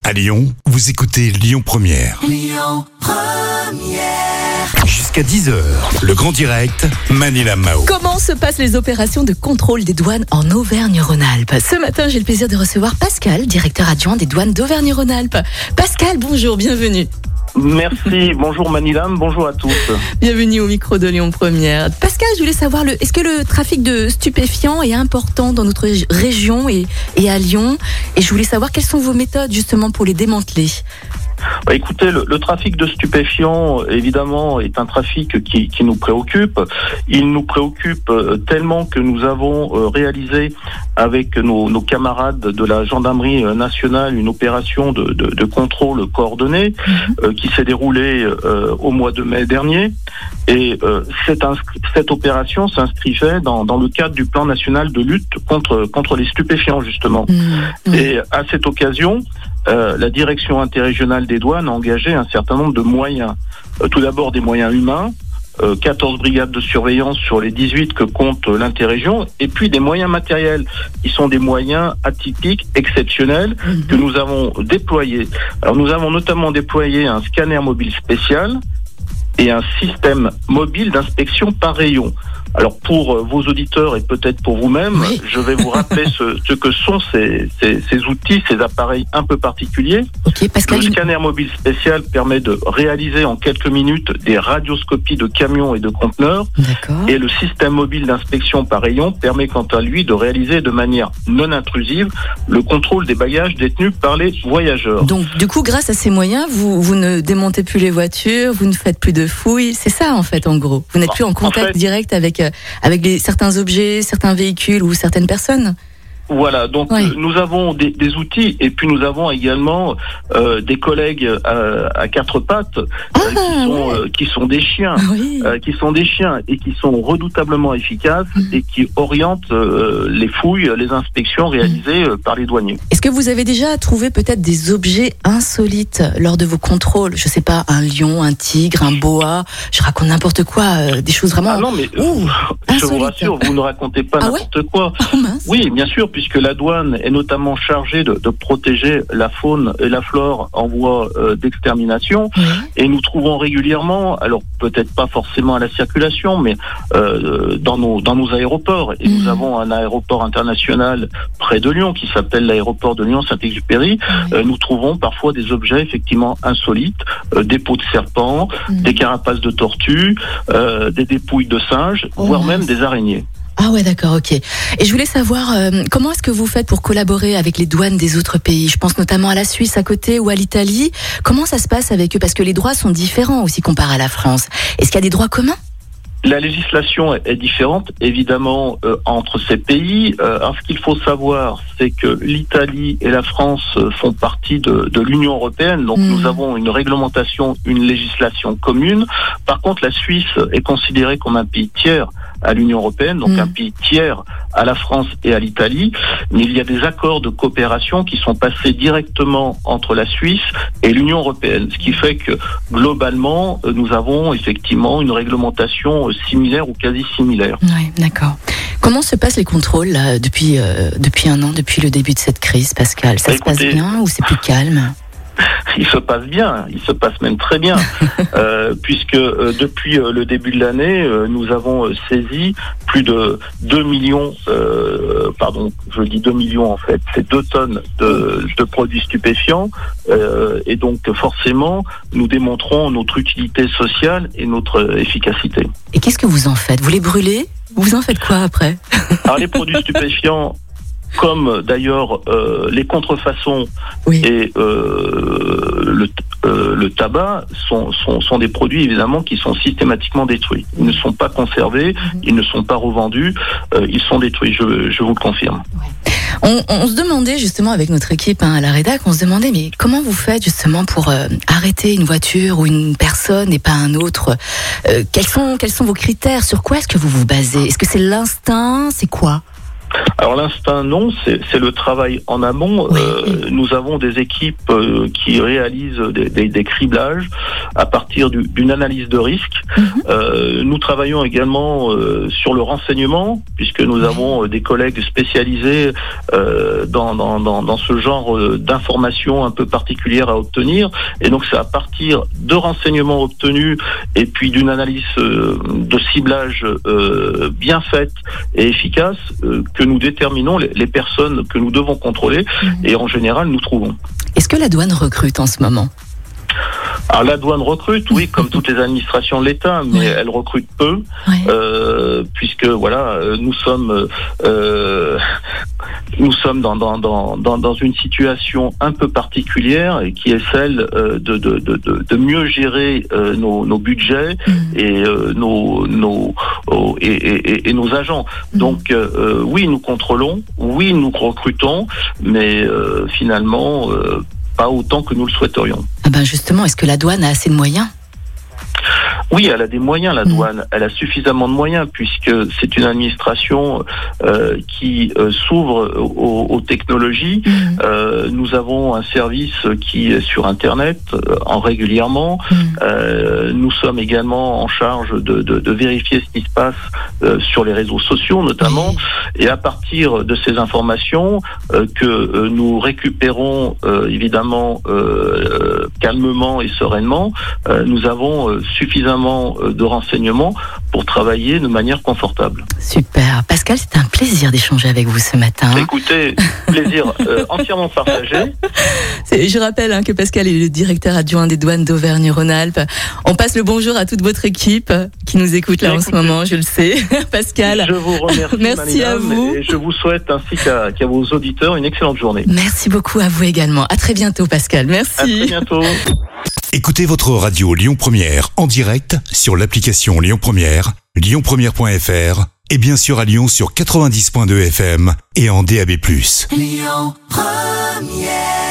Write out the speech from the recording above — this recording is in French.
À Lyon, vous écoutez Lyon Première. Lyon Première. Jusqu'à 10h, le grand direct, Manila Mao. Comment se passent les opérations de contrôle des douanes en Auvergne-Rhône-Alpes ? Ce matin, j'ai le plaisir de recevoir Pascal, directeur adjoint des douanes d'Auvergne-Rhône-Alpes. Pascal, bonjour, bienvenue. Merci, bonjour Manilam, bonjour à tous. Bienvenue au micro de Lyon Première. Pascal, je voulais savoir, est-ce que le trafic de stupéfiants est important dans notre région et à Lyon ? Et je voulais savoir quelles sont vos méthodes justement pour les démanteler. Écoutez, le trafic de stupéfiants, évidemment, est un trafic qui nous préoccupe. Il nous préoccupe tellement que nous avons réalisé avec nos camarades de la gendarmerie nationale une opération de contrôle coordonné qui s'est déroulée au mois de mai dernier. Et cette opération s'inscrivait dans le cadre du plan national de lutte contre les stupéfiants, justement. Et à cette occasion, la direction interrégionale des douanes a engagé un certain nombre de moyens. Tout d'abord des moyens humains, 14 brigades de surveillance sur les 18 que compte l'interrégion, et puis des moyens matériels, qui sont des moyens atypiques, exceptionnels, que nous avons déployés. Alors nous avons notamment déployé un scanner mobile spécial et un système mobile d'inspection par rayon. Alors pour vos auditeurs et peut-être pour vous-même, je vais vous rappeler ce que sont ces outils, ces appareils un peu particuliers. Okay, Pascal. Le scanner mobile spécial permet de réaliser en quelques minutes des radioscopies de camions et de conteneurs. D'accord. Et le système mobile d'inspection par rayon permet quant à lui de réaliser de manière non intrusive le contrôle des bagages détenus par les voyageurs. Donc du coup, grâce à ces moyens, vous ne démontez plus les voitures, vous ne faites plus de fouilles, c'est ça en fait en gros. Vous n'êtes plus en contact direct avec certains objets, certains véhicules ou certaines personnes. Voilà, donc nous avons des outils et puis nous avons également des collègues à quatre pattes qui sont des chiens, qui sont des chiens et qui sont redoutablement efficaces et qui orientent les fouilles, les inspections réalisées par les douaniers. Est-ce que vous avez déjà trouvé peut-être des objets insolites lors de vos contrôles ? Je sais pas, un lion, un tigre, un boa, je raconte n'importe quoi, des choses vraiment. Ah non, mais je vous rassure, vous ne racontez pas n'importe quoi. Oui, bien sûr, puisque la douane est notamment chargée de protéger la faune et la flore en voie d'extermination. Et nous trouvons régulièrement, alors peut-être pas forcément à la circulation, mais dans nos aéroports. Et nous avons un aéroport international près de Lyon qui s'appelle l'aéroport de Lyon-Saint-Exupéry. Nous trouvons parfois des objets effectivement insolites, des peaux de serpents, des carapaces de tortues, des dépouilles de singes, voire même des araignées. Ah ouais, d'accord, ok. Et je voulais savoir, comment est-ce que vous faites pour collaborer avec les douanes des autres pays ? Je pense notamment à la Suisse à côté ou à l'Italie. Comment ça se passe avec eux ? Parce que les droits sont différents aussi comparés à la France. Est-ce qu'il y a des droits communs ? La législation est différente, évidemment, entre ces pays. Alors, ce qu'il faut savoir, c'est que l'Italie et la France font partie de l'Union européenne. Donc, nous avons une réglementation, une législation commune. Par contre, la Suisse est considérée comme un pays tiers à l'Union européenne, donc un pays tiers à la France et à l'Italie. Mais il y a des accords de coopération qui sont passés directement entre la Suisse et l'Union européenne. Ce qui fait que, globalement, nous avons effectivement une réglementation similaire ou quasi similaire. Oui, d'accord. Comment se passent les contrôles là, depuis un an, depuis le début de cette crise, Pascal ? Ça se passe bien ou c'est plus calme ? Il se passe bien, il se passe même très bien, puisque depuis le début de l'année, nous avons saisi plus de 2 millions, je dis 2 millions en fait, c'est 2 tonnes de produits stupéfiants, et donc forcément, nous démontrons notre utilité sociale et notre efficacité. Et qu'est-ce que vous en faites ? Vous les brûlez ? Vous en faites quoi après ? Alors les produits stupéfiants, comme d'ailleurs les contrefaçons et le tabac sont des produits évidemment qui sont systématiquement détruits. Ils ne sont pas conservés, ils ne sont pas revendus, ils sont détruits, je vous le confirme. On se demandait justement avec notre équipe à la rédac, on se demandait mais comment vous faites justement pour arrêter une voiture ou une personne et pas un autre ? Quels sont vos critères ? Sur quoi est-ce que vous vous basez ? Est-ce que c'est l'instinct ? C'est quoi ? Alors l'instinct, non, c'est le travail en amont. Oui. Nous avons des équipes qui réalisent des criblages à partir d'une analyse de risque. Nous travaillons également sur le renseignement, puisque nous avons des collègues spécialisés dans ce genre d'informations un peu particulières à obtenir. Et donc c'est à partir de renseignements obtenus et puis d'une analyse de ciblage bien faite et efficace que nous déterminons les personnes que nous devons contrôler et en général nous trouvons. Est-ce que la douane recrute en ce moment ? Alors la douane recrute, oui, comme toutes les administrations de l'État, mais elle recrute peu, puisque voilà, nous sommes dans une situation un peu particulière et qui est celle de mieux gérer nos budgets et nos agents. Donc oui, nous contrôlons, oui, nous recrutons, mais finalement pas autant que nous le souhaiterions. Ah ben justement, est-ce que la douane a assez de moyens ? Oui, elle a des moyens, la douane. Elle a suffisamment de moyens puisque c'est une administration qui s'ouvre aux technologies. Nous avons un service qui est sur Internet régulièrement. Nous sommes également en charge de vérifier ce qui se passe sur les réseaux sociaux notamment. Et à partir de ces informations que nous récupérons évidemment calmement et sereinement, nous avons suffisamment de renseignements pour travailler de manière confortable. Super. Pascal, c'est un plaisir d'échanger avec vous ce matin. Écoutez, plaisir entièrement partagé. Je rappelle que Pascal est le directeur adjoint des douanes d'Auvergne-Rhône-Alpes. On passe le bonjour à toute votre équipe qui nous écoute là en ce moment, je le sais. Pascal, je vous remercie. Merci à vous. Et je vous souhaite ainsi qu'à vos auditeurs une excellente journée. Merci beaucoup à vous également. À très bientôt, Pascal. Merci. À très bientôt. Écoutez votre radio Lyon Première en direct sur l'application Lyon Première, lyonpremière.fr et bien sûr à Lyon sur 90.2 FM et en DAB+. Lyon Première.